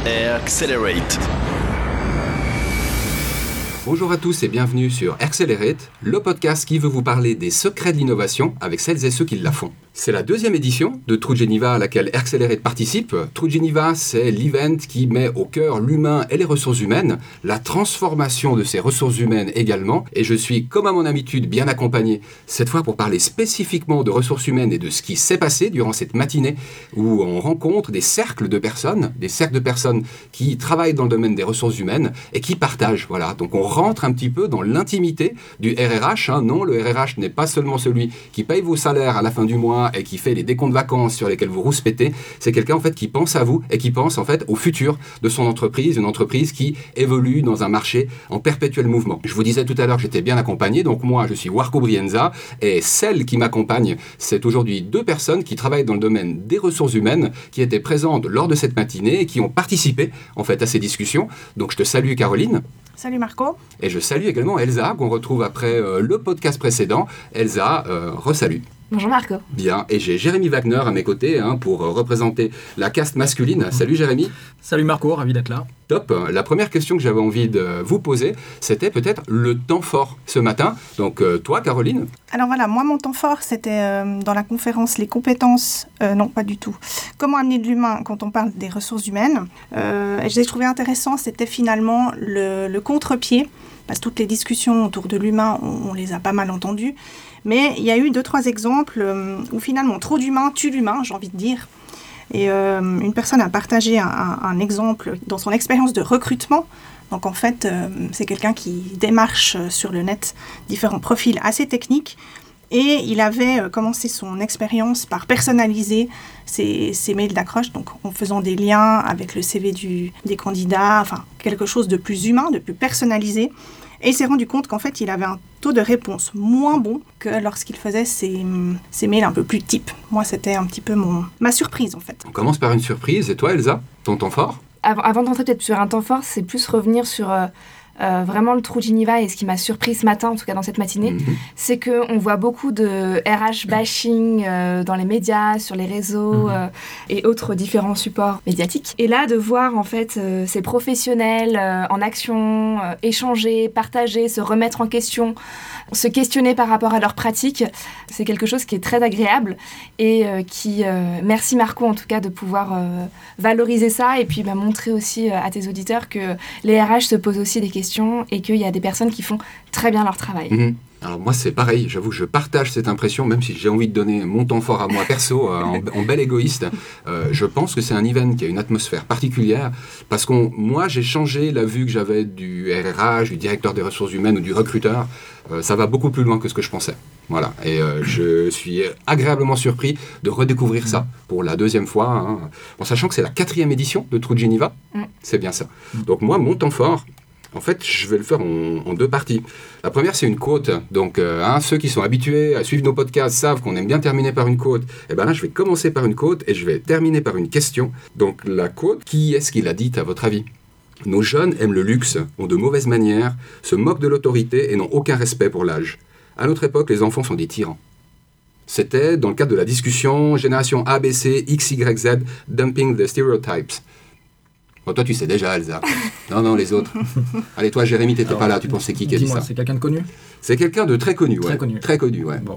Accelerate. Bonjour à tous et bienvenue sur Accelerate, le podcast qui veut vous parler des secrets de l'innovation avec celles et ceux qui la font. C'est la deuxième édition de True Geneva à laquelle Accelerate participe. True Geneva, c'est l'event qui met au cœur l'humain et les ressources humaines, la transformation de ces ressources humaines également. Et je suis, comme à mon habitude, bien accompagné, cette fois pour parler spécifiquement de ressources humaines et de ce qui s'est passé durant cette matinée où on rencontre des cercles de personnes qui travaillent dans le domaine des ressources humaines et qui partagent. Voilà, donc on rentre un petit peu dans l'intimité du RRH. Non, le RRH n'est pas seulement celui qui paye vos salaires à la fin du mois et qui fait les décomptes de vacances sur lesquels vous rouspétez. C'est quelqu'un en fait qui pense à vous et qui pense en fait au futur de son entreprise, une entreprise qui évolue dans un marché en perpétuel mouvement. Je vous disais tout à l'heure que j'étais bien accompagné, donc moi je suis Warco Brienza et celle qui m'accompagne, c'est aujourd'hui deux personnes qui travaillent dans le domaine des ressources humaines, qui étaient présentes lors de cette matinée et qui ont participé en fait à ces discussions. Donc je te salue Caroline. Salut Marco. Et je salue également Elsa, qu'on retrouve après le podcast précédent. Elsa, resalut. Bonjour Marco. Bien, et j'ai Jérémy Wagner à mes côtés pour représenter la caste masculine. Salut Jérémy. Salut Marco, ravi d'être là. Top. La première question que j'avais envie de vous poser, c'était peut-être le temps fort ce matin. Donc toi Caroline. Alors voilà, moi mon temps fort c'était dans la conférence les compétences, non pas du tout. Comment amener de l'humain quand on parle des ressources humaines. Et j'ai trouvé intéressant, c'était finalement le contre-pied, parce que toutes les discussions autour de l'humain, on les a pas mal entendues. Mais il y a eu 2-3 exemples où finalement trop d'humains tue l'humain, j'ai envie de dire. Et une personne a partagé un exemple dans son expérience de recrutement. Donc en fait, c'est quelqu'un qui démarche sur le net différents profils assez techniques. Et il avait commencé son expérience par personnaliser ses mails d'accroche, donc en faisant des liens avec le CV des candidats, enfin quelque chose de plus humain, de plus personnalisé. Et il s'est rendu compte qu'en fait, il avait un taux de réponse moins bon que lorsqu'il faisait ses mails un peu plus type. Moi, c'était un petit peu ma surprise, en fait. On commence par une surprise. Et toi, Elsa, ton temps fort ? Avant de rentrer peut-être sur un temps fort, c'est plus revenir sur vraiment le True Geneva et ce qui m'a surpris ce matin, en tout cas dans cette matinée, c'est qu'on voit beaucoup de RH bashing dans les médias, sur les réseaux et autres différents supports médiatiques. Et là, de voir en fait ces professionnels en action, échanger, partager, se remettre en question, se questionner par rapport à leurs pratiques, c'est quelque chose qui est très agréable et merci Marco en tout cas de pouvoir valoriser ça et puis montrer aussi à tes auditeurs que les RH se posent aussi des questions et qu'il y a des personnes qui font très bien leur travail. Alors moi c'est pareil, j'avoue je partage cette impression, même si j'ai envie de donner mon temps fort à moi perso, en bel égoïste. Je pense que c'est un event qui a une atmosphère particulière, parce que moi j'ai changé la vue que j'avais du RRH, du directeur des ressources humaines ou du recruteur. Ça va beaucoup plus loin que ce que je pensais. Voilà, et je suis agréablement surpris de redécouvrir ça pour la deuxième fois, en sachant que c'est la 4e édition de True Geneva. C'est bien ça. Donc moi mon temps fort, en fait, je vais le faire en 2 parties. La première, c'est une quote. Donc, ceux qui sont habitués à suivre nos podcasts savent qu'on aime bien terminer par une quote. Et bien là, je vais commencer par une quote et je vais terminer par une question. Donc, la quote, qui est-ce qui l'a dite à votre avis ? Nos jeunes aiment le luxe, ont de mauvaises manières, se moquent de l'autorité et n'ont aucun respect pour l'âge. À notre époque, les enfants sont des tyrans. C'était dans le cadre de la discussion Génération ABC, XYZ, Dumping the Stereotypes. Bon, toi, tu sais déjà, Elsa. Non, les autres. Allez, toi, Jérémy, t'étais pas là. Tu pensais qui a dit ça ? C'est quelqu'un de connu ? C'est quelqu'un de très connu, ouais. Très connu, ouais. Bon.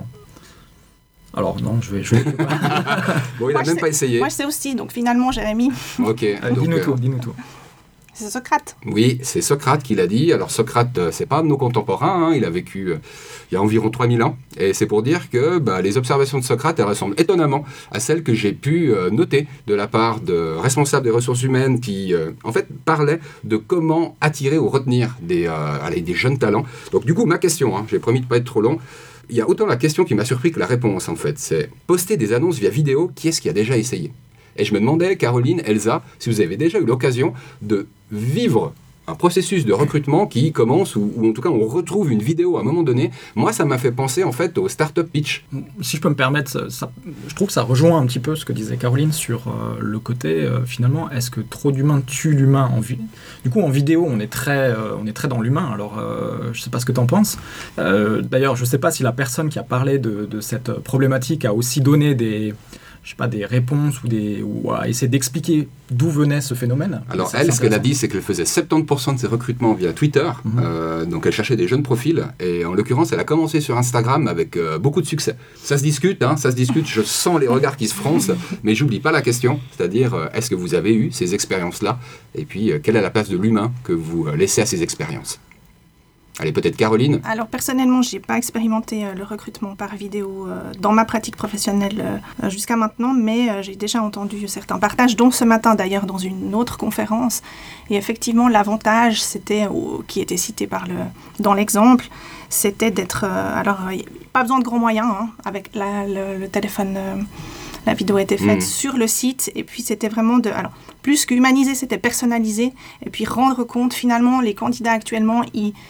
Alors, non, je vais... Bon, il n'a même pas essayé. Moi, je sais aussi, donc finalement, Jérémy. Ok. Dis-nous tout. C'est Socrate. Oui, c'est Socrate qui l'a dit. Alors Socrate, c'est pas un de nos contemporains, il a vécu il y a environ 3000 ans. Et c'est pour dire que les observations de Socrate, elles ressemblent étonnamment à celles que j'ai pu noter de la part de responsables des ressources humaines qui, en fait, parlaient de comment attirer ou retenir des jeunes talents. Donc du coup, ma question, j'ai promis de ne pas être trop long, il y a autant la question qui m'a surpris que la réponse, en fait. C'est poster des annonces via vidéo, qui est-ce qui a déjà essayé ? Et je me demandais, Caroline, Elsa, si vous avez déjà eu l'occasion de vivre un processus de recrutement qui commence, ou en tout cas on retrouve une vidéo à un moment donné. Moi, ça m'a fait penser en fait au Startup Pitch. Si je peux me permettre, je trouve que ça rejoint un petit peu ce que disait Caroline sur le côté, finalement, est-ce que trop d'humains tue l'humain en vie ? Du coup, en vidéo, on est très dans l'humain, alors je ne sais pas ce que tu en penses. D'ailleurs, je ne sais pas si la personne qui a parlé de cette problématique a aussi donné des je sais pas, des réponses ou à essayer d'expliquer d'où venait ce phénomène. Alors elle, ce qu'elle a dit, c'est qu'elle faisait 70% de ses recrutements via Twitter, donc elle cherchait des jeunes profils, et en l'occurrence, elle a commencé sur Instagram avec beaucoup de succès. Ça se discute, je sens les regards qui se froncent, mais j'oublie pas la question, c'est-à-dire, est-ce que vous avez eu ces expériences-là, et puis quelle est la place de l'humain que vous laissez à ces expériences ? Allez, peut-être Caroline. Alors personnellement, je n'ai pas expérimenté le recrutement par vidéo dans ma pratique professionnelle jusqu'à maintenant, mais j'ai déjà entendu certains partages, dont ce matin d'ailleurs dans une autre conférence. Et effectivement, l'avantage, qui était cité dans l'exemple, c'était d'être... pas besoin de grands moyens, avec le téléphone... La vidéo a été faite sur le site, et puis c'était vraiment plus qu'humaniser, c'était personnaliser, et puis rendre compte, finalement, les candidats actuellement,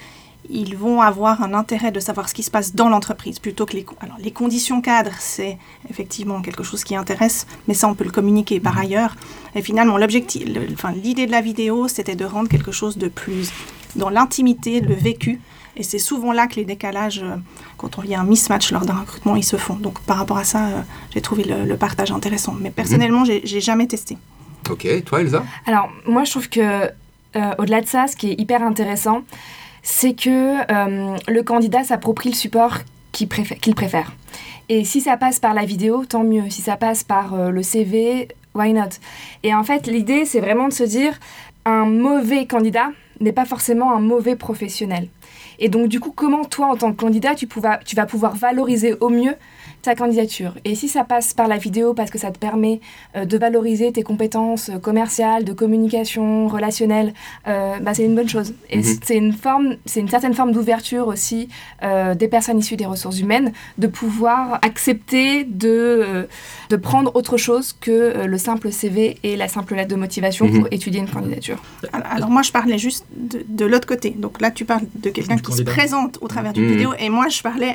ils vont avoir un intérêt de savoir ce qui se passe dans l'entreprise, plutôt que les conditions cadres, c'est effectivement quelque chose qui intéresse, mais ça, on peut le communiquer par ailleurs. Et finalement, l'idée de la vidéo, c'était de rendre quelque chose de plus dans l'intimité, le vécu. Et c'est souvent là que les décalages, quand il y a un mismatch lors d'un recrutement, ils se font. Donc par rapport à ça, j'ai trouvé le partage intéressant. Mais personnellement, j'ai jamais testé. Ok, toi Elsa ? Alors moi, je trouve que au-delà de ça, ce qui est hyper intéressant, c'est que le candidat s'approprie le support qu'il préfère. Et si ça passe par la vidéo, tant mieux. Si ça passe par le CV, why not ? Et en fait, l'idée, c'est vraiment de se dire, un mauvais candidat n'est pas forcément un mauvais professionnel. Et donc, du coup, comment toi, en tant que candidat, tu vas pouvoir valoriser au mieux ta candidature. Et si ça passe par la vidéo parce que ça te permet de valoriser tes compétences commerciales, de communication, relationnelle, c'est une bonne chose. Et c'est une certaine forme d'ouverture aussi des personnes issues des ressources humaines de pouvoir accepter de prendre autre chose que le simple CV et la simple lettre de motivation pour étudier une candidature. Alors moi, je parlais juste de l'autre côté. Donc là, tu parles de quelqu'un qui se présente au travers d'une vidéo, et moi, je parlais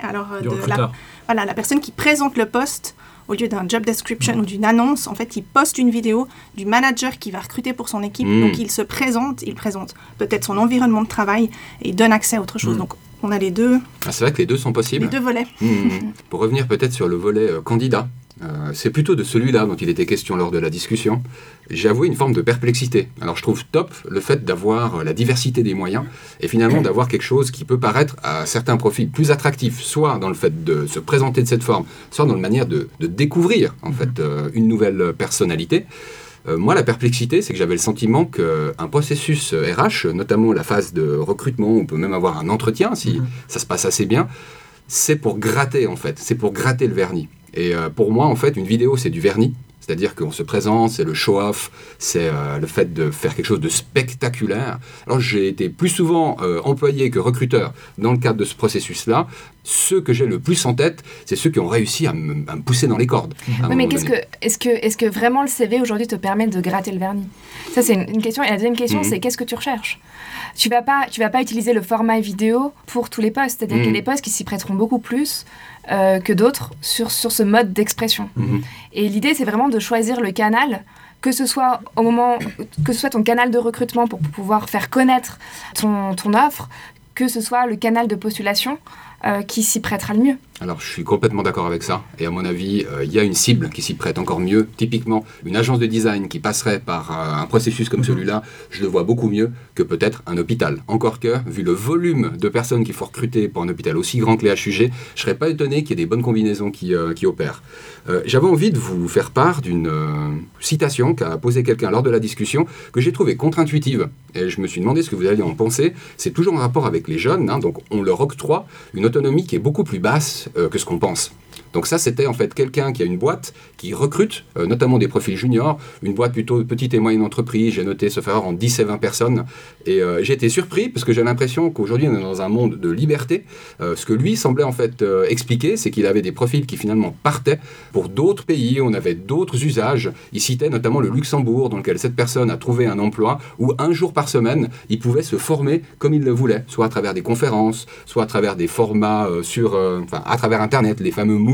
de la personne qui présente le poste au lieu d'un job description ou d'une annonce. En fait, il poste une vidéo du manager qui va recruter pour son équipe. Donc, il présente peut-être son environnement de travail et il donne accès à autre chose. Donc, on a les deux. C'est vrai que les deux sont possibles. Les deux volets. Pour revenir peut-être sur le volet candidat, c'est plutôt de celui-là dont il était question lors de la discussion. J'ai avoué une forme de perplexité. Alors je trouve top le fait d'avoir la diversité des moyens et finalement d'avoir quelque chose qui peut paraître à certains profils plus attractif, soit dans le fait de se présenter de cette forme, soit dans la manière de découvrir en fait une nouvelle personnalité. Moi, la perplexité, c'est que j'avais le sentiment qu'un processus RH, notamment la phase de recrutement, on peut même avoir un entretien si ça se passe assez bien, c'est pour gratter en fait, c'est pour gratter le vernis. Et pour moi, en fait, une vidéo, c'est du vernis. C'est-à-dire qu'on se présente, c'est le show-off, c'est le fait de faire quelque chose de spectaculaire. Alors, j'ai été plus souvent employé que recruteur dans le cadre de ce processus-là. Ceux que j'ai le plus en tête, c'est ceux qui ont réussi à me pousser dans les cordes. Oui, mais est-ce que vraiment le CV aujourd'hui te permet de gratter le vernis ? Ça, c'est une question. Et la deuxième question, c'est qu'est-ce que tu recherches ? Tu vas pas utiliser le format vidéo pour tous les postes. C'est-à-dire qu'il y a des postes qui s'y prêteront beaucoup plus que d'autres sur ce mode d'expression. Et l'idée, c'est vraiment de choisir le canal, que ce soit ton canal de recrutement pour pouvoir faire connaître ton offre, que ce soit le canal de postulation qui s'y prêtera le mieux. Alors, je suis complètement d'accord avec ça. Et à mon avis, il y a une cible qui s'y prête encore mieux. Typiquement, une agence de design qui passerait par un processus comme celui-là, je le vois beaucoup mieux que peut-être un hôpital. Encore que, vu le volume de personnes qu'il faut recruter pour un hôpital aussi grand que les HUG, je ne serais pas étonné qu'il y ait des bonnes combinaisons qui opèrent. J'avais envie de vous faire part d'une citation qu'a posée quelqu'un lors de la discussion que j'ai trouvée contre-intuitive. Et je me suis demandé ce que vous alliez en penser. C'est toujours en rapport avec les jeunes, donc on leur octroie une autonomie qui est beaucoup plus basse que ce qu'on pense. Donc ça, c'était en fait quelqu'un qui a une boîte qui recrute, notamment des profils juniors, une boîte plutôt petite et moyenne entreprise, j'ai noté, sauf erreur, en 10 et 20 personnes. Et j'ai été surpris parce que j'ai l'impression qu'aujourd'hui, on est dans un monde de liberté. Ce que lui semblait en fait expliquer, c'est qu'il avait des profils qui finalement partaient pour d'autres pays, on avait d'autres usages. Il citait notamment le Luxembourg, dans lequel cette personne a trouvé un emploi où un jour par semaine, il pouvait se former comme il le voulait, soit à travers des conférences, soit à travers des formats à travers Internet, les fameux MOOC,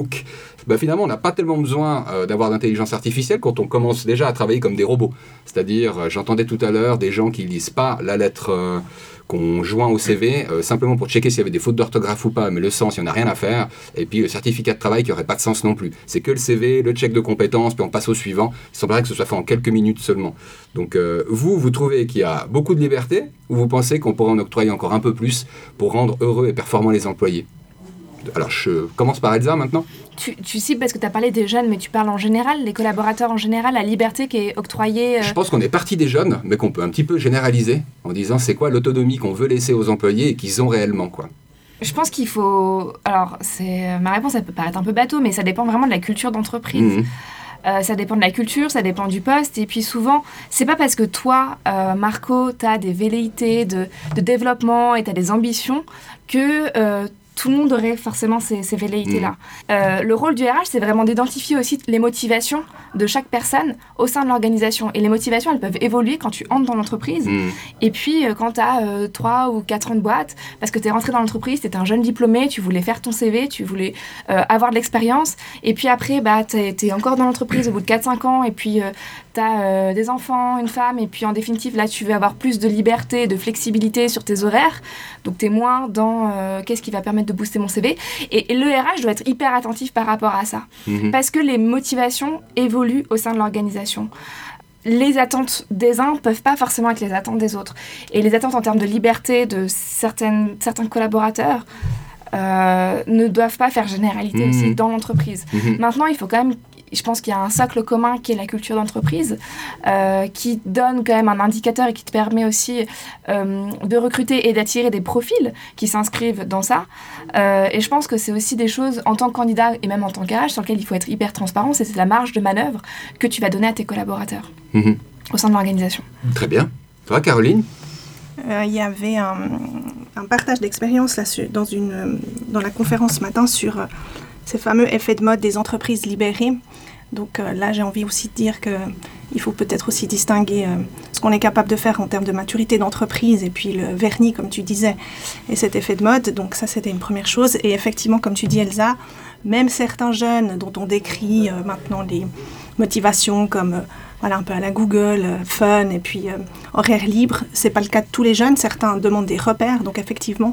Donc, finalement, on n'a pas tellement besoin d'avoir d'intelligence artificielle quand on commence déjà à travailler comme des robots. C'est-à-dire, j'entendais tout à l'heure des gens qui ne lisent pas la lettre qu'on joint au CV, simplement pour checker s'il y avait des fautes d'orthographe ou pas, mais le sens, il n'y en a rien à faire. Et puis, le certificat de travail qui n'aurait pas de sens non plus. C'est que le CV, le check de compétences, puis on passe au suivant. Il semblerait que ce soit fait en quelques minutes seulement. Donc, vous trouvez qu'il y a beaucoup de liberté, ou vous pensez qu'on pourrait en octroyer encore un peu plus pour rendre heureux et performants les employés ? Alors, je commence par Elsa maintenant. Tu cibles parce que tu as parlé des jeunes, mais tu parles en général, les collaborateurs en général, la liberté qui est octroyée. Je pense qu'on est parti des jeunes, mais qu'on peut un petit peu généraliser en disant c'est quoi l'autonomie qu'on veut laisser aux employés et qu'ils ont réellement, quoi. Je pense qu'il faut... Alors, ma réponse, elle peut paraître un peu bateau, mais ça dépend vraiment de la culture d'entreprise. Ça dépend de la culture, ça dépend du poste. Et puis souvent, c'est pas parce que toi, Marco, tu as des velléités de développement et tu as des ambitions que... tout le monde aurait forcément ces velléités-là. Le rôle du RH, c'est vraiment d'identifier aussi les motivations de chaque personne au sein de l'organisation. Et les motivations, elles peuvent évoluer quand tu entres dans l'entreprise. Et puis, quand tu as 3 ou 4 ans de boîte, parce que tu es rentré dans l'entreprise, tu étais un jeune diplômé, tu voulais faire ton CV, tu voulais avoir de l'expérience. Et puis après, tu es encore dans l'entreprise au bout de 4-5 ans, et puis tu as des enfants, une femme, et puis en définitive, là, tu veux avoir plus de liberté, de flexibilité sur tes horaires. Donc, tu es moins dans qu'est-ce qui va permettre de booster mon CV. Et le RH doit être hyper attentif par rapport à ça. Parce que les motivations évoluent au sein de l'organisation. Les attentes des uns ne peuvent pas forcément être les attentes des autres. Et les attentes en termes de liberté de certains collaborateurs ne doivent pas faire généralité aussi dans l'entreprise. Maintenant, il faut quand même... Je pense qu'il y a un socle commun qui est la culture d'entreprise, qui donne quand même un indicateur et qui te permet aussi de recruter et d'attirer des profils qui s'inscrivent dans ça. Et je pense que c'est aussi des choses, en tant que candidat et même en tant qu'RH, sur lesquelles il faut être hyper transparent. C'est la marge de manœuvre que tu vas donner à tes collaborateurs au sein de l'organisation. Très bien. Toi, Caroline ? Il y avait un partage d'expérience là, dans la conférence ce matin sur... ces fameux effets de mode des entreprises libérées. Donc là, j'ai envie aussi de dire qu'il faut peut-être aussi distinguer ce qu'on est capable de faire en termes de maturité d'entreprise et puis le vernis, comme tu disais, et cet effet de mode. Donc ça, c'était une première chose. Et effectivement, comme tu dis, Elsa, même certains jeunes dont on décrit maintenant les motivations comme un peu à la Google, fun et puis horaire libre, c'est pas le cas de tous les jeunes. Certains demandent des repères. Donc effectivement,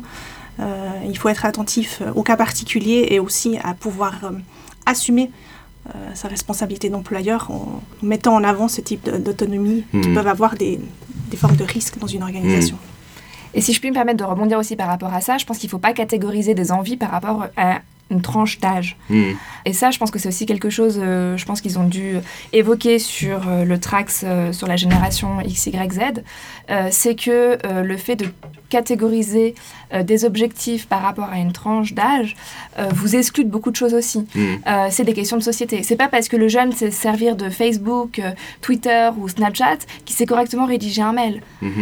il faut être attentif au cas particulier et aussi à pouvoir assumer sa responsabilité d'employeur en mettant en avant ce type d'autonomie qui peuvent avoir des formes de risque dans une organisation. Et si je puis me permettre de rebondir aussi par rapport à ça, je pense qu'il ne faut pas catégoriser des envies par rapport à une tranche d'âge. Et ça, je pense que c'est aussi quelque chose, je pense qu'ils ont dû évoquer sur le Trax, sur la génération XYZ, c'est que le fait de catégoriser des objectifs par rapport à une tranche d'âge vous exclut de beaucoup de choses aussi. C'est des questions de société. C'est pas parce que le jeune sait servir de Facebook, Twitter ou Snapchat qu'il sait correctement rédiger un mail.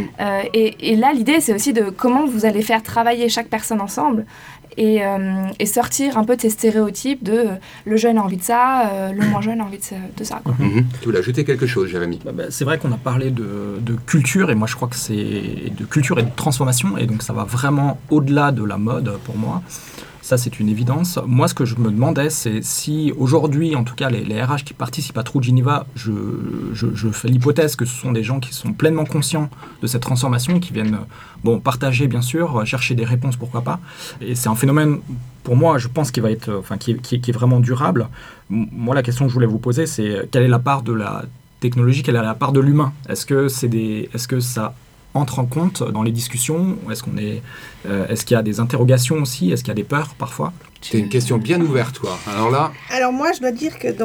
Et là, l'idée, c'est aussi de comment vous allez faire travailler chaque personne ensemble et sortir un peu de ces stéréotypes de le jeune a envie de ça, le moins jeune a envie de ça. Quoi. Tu voulais ajouter quelque chose, Jérémy ? C'est vrai qu'on a parlé de culture, et moi je crois que c'est de culture et de transformation, et donc ça va vraiment au-delà de la mode pour moi. Ça, c'est une évidence. Moi, ce que je me demandais, c'est si aujourd'hui, en tout cas, les RH qui participent à True Geneva, je fais l'hypothèse que ce sont des gens qui sont pleinement conscients de cette transformation, qui viennent partager, bien sûr, chercher des réponses, pourquoi pas. Et c'est un phénomène, pour moi, je pense, qui va être, qui est vraiment durable. Moi, la question que je voulais vous poser, c'est quelle est la part de la technologie, quelle est la part de l'humain ? Est-ce que ça entre en compte dans les discussions ? Est-ce qu'il y a des interrogations aussi ? Est-ce qu'il y a des peurs parfois ? C'est une question bien ouverte, toi. Alors moi, je dois dire que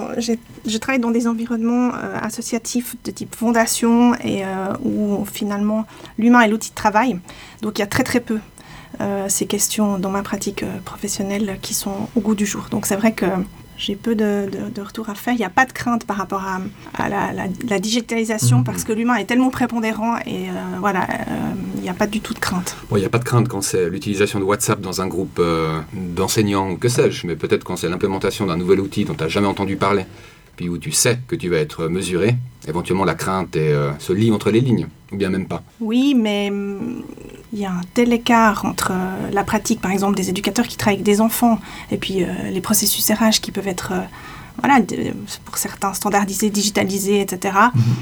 je travaille dans des environnements associatifs de type fondation et où finalement l'humain est l'outil de travail. Donc il y a très très peu ces questions dans ma pratique professionnelle qui sont au goût du jour. Donc c'est vrai que j'ai peu de retours à faire. Il n'y a pas de crainte par rapport à la digitalisation parce que l'humain est tellement prépondérant et il n'y a pas du tout de crainte. Il n'y a pas de crainte quand c'est l'utilisation de WhatsApp dans un groupe d'enseignants ou que sais-je, mais peut-être quand c'est l'implémentation d'un nouvel outil dont tu n'as jamais entendu parler. puis où tu sais que tu vas être mesuré, éventuellement la crainte se lit entre les lignes, ou bien même pas. Oui, mais il y a un tel écart entre la pratique, par exemple, des éducateurs qui travaillent avec des enfants, et puis les processus RH qui peuvent être, pour certains standardisés, digitalisés, etc.,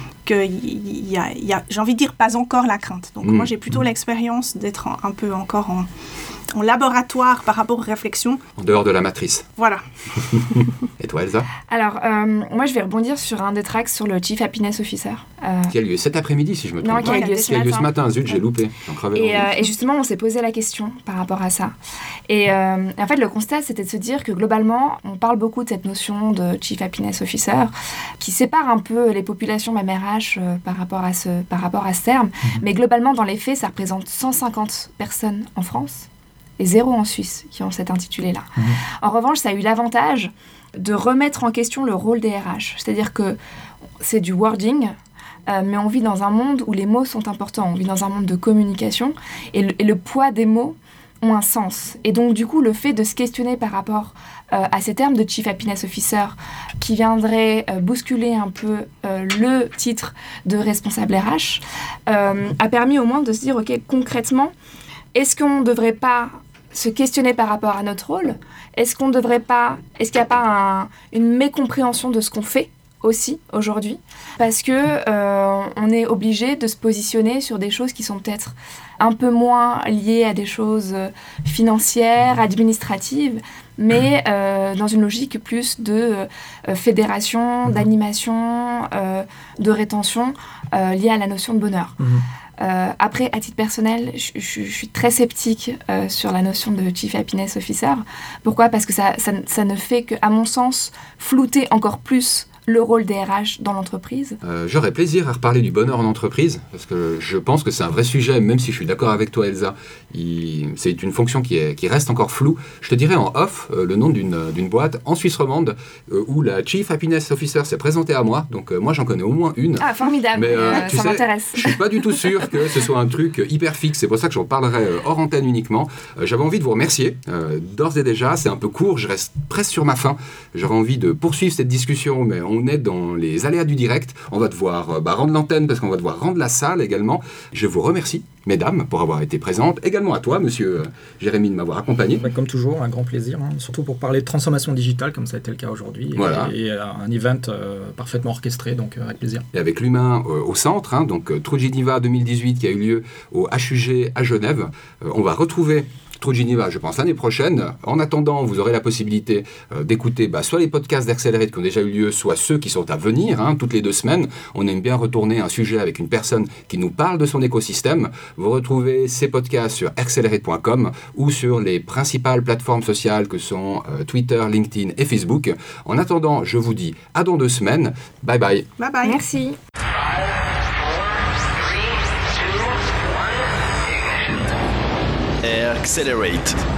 qu'il y a, j'ai envie de dire, pas encore la crainte. Donc moi, j'ai plutôt l'expérience d'être un peu encore en laboratoire par rapport aux réflexions. En dehors de la matrice. Voilà. Et toi, Elsa? Alors, moi, je vais rebondir sur un des tracks sur le Chief Happiness Officer. Qui a lieu cet après-midi, si je me trompe. Non, qui a lieu ce matin. Zut, j'ai loupé. Et justement, on s'est posé la question par rapport à ça. Et en fait, le constat, c'était de se dire que globalement, on parle beaucoup de cette notion de Chief Happiness Officer qui sépare un peu les populations même RH par rapport à ce terme. Mais globalement, dans les faits, ça représente 150 personnes en France et 0 en Suisse qui ont cet intitulé-là. En revanche, ça a eu l'avantage de remettre en question le rôle des RH. C'est-à-dire que c'est du wording, mais on vit dans un monde où les mots sont importants. On vit dans un monde de communication et le poids des mots ont un sens. Et donc, du coup, le fait de se questionner par rapport à ces termes de Chief Happiness Officer qui viendraient bousculer un peu le titre de responsable RH a permis au moins de se dire, OK, concrètement, est-ce qu'on ne devrait pas se questionner par rapport à notre rôle? Est-ce qu'il n'y a pas une mécompréhension de ce qu'on fait aussi aujourd'hui? Parce que on est obligé de se positionner sur des choses qui sont peut-être un peu moins liées à des choses financières, administratives, mais dans une logique plus de fédération, d'animation, de rétention liée à la notion de bonheur. Après, à titre personnel, je suis très sceptique sur la notion de Chief Happiness Officer. Pourquoi ? Parce que ça ne fait que, à mon sens, flouter encore plus le rôle des RH dans l'entreprise. J'aurais plaisir à reparler du bonheur en entreprise, parce que je pense que c'est un vrai sujet, même si je suis d'accord avec toi, Elsa. C'est une fonction qui reste encore floue. Je te dirais en off le nom d'une boîte en Suisse romande où la Chief Happiness Officer s'est présentée à moi. Donc moi, j'en connais au moins une. Ah, formidable, mais, ça m'intéresse. Je suis pas du tout sûr que ce soit un truc hyper fixe. C'est pour ça que j'en parlerai hors antenne uniquement. J'avais envie de vous remercier. D'ores et déjà, c'est un peu court, je reste presque sur ma faim. J'aurais envie de poursuivre cette discussion, mais on est dans les aléas du direct. On va devoir rendre l'antenne parce qu'on va devoir rendre la salle également. Je vous remercie, mesdames, pour avoir été présentes. Également à toi, monsieur Jérémy, de m'avoir accompagné. Comme toujours, un grand plaisir, surtout pour parler de transformation digitale, comme ça a été le cas aujourd'hui. Voilà. Et un event parfaitement orchestré, donc avec plaisir. Et avec l'humain au centre, donc True Geneva 2018 qui a eu lieu au HUG à Genève. On va retrouver True Geneva, je pense, l'année prochaine. En attendant, vous aurez la possibilité d'écouter soit les podcasts d'Accelerate qui ont déjà eu lieu, soit ceux qui sont à venir, toutes les 2 semaines. On aime bien retourner un sujet avec une personne qui nous parle de son écosystème. Vous retrouvez ces podcasts sur accelerate.com ou sur les principales plateformes sociales que sont Twitter, LinkedIn et Facebook. En attendant, je vous dis à dans 2 semaines. Bye bye. Bye bye. Merci. Accelerate.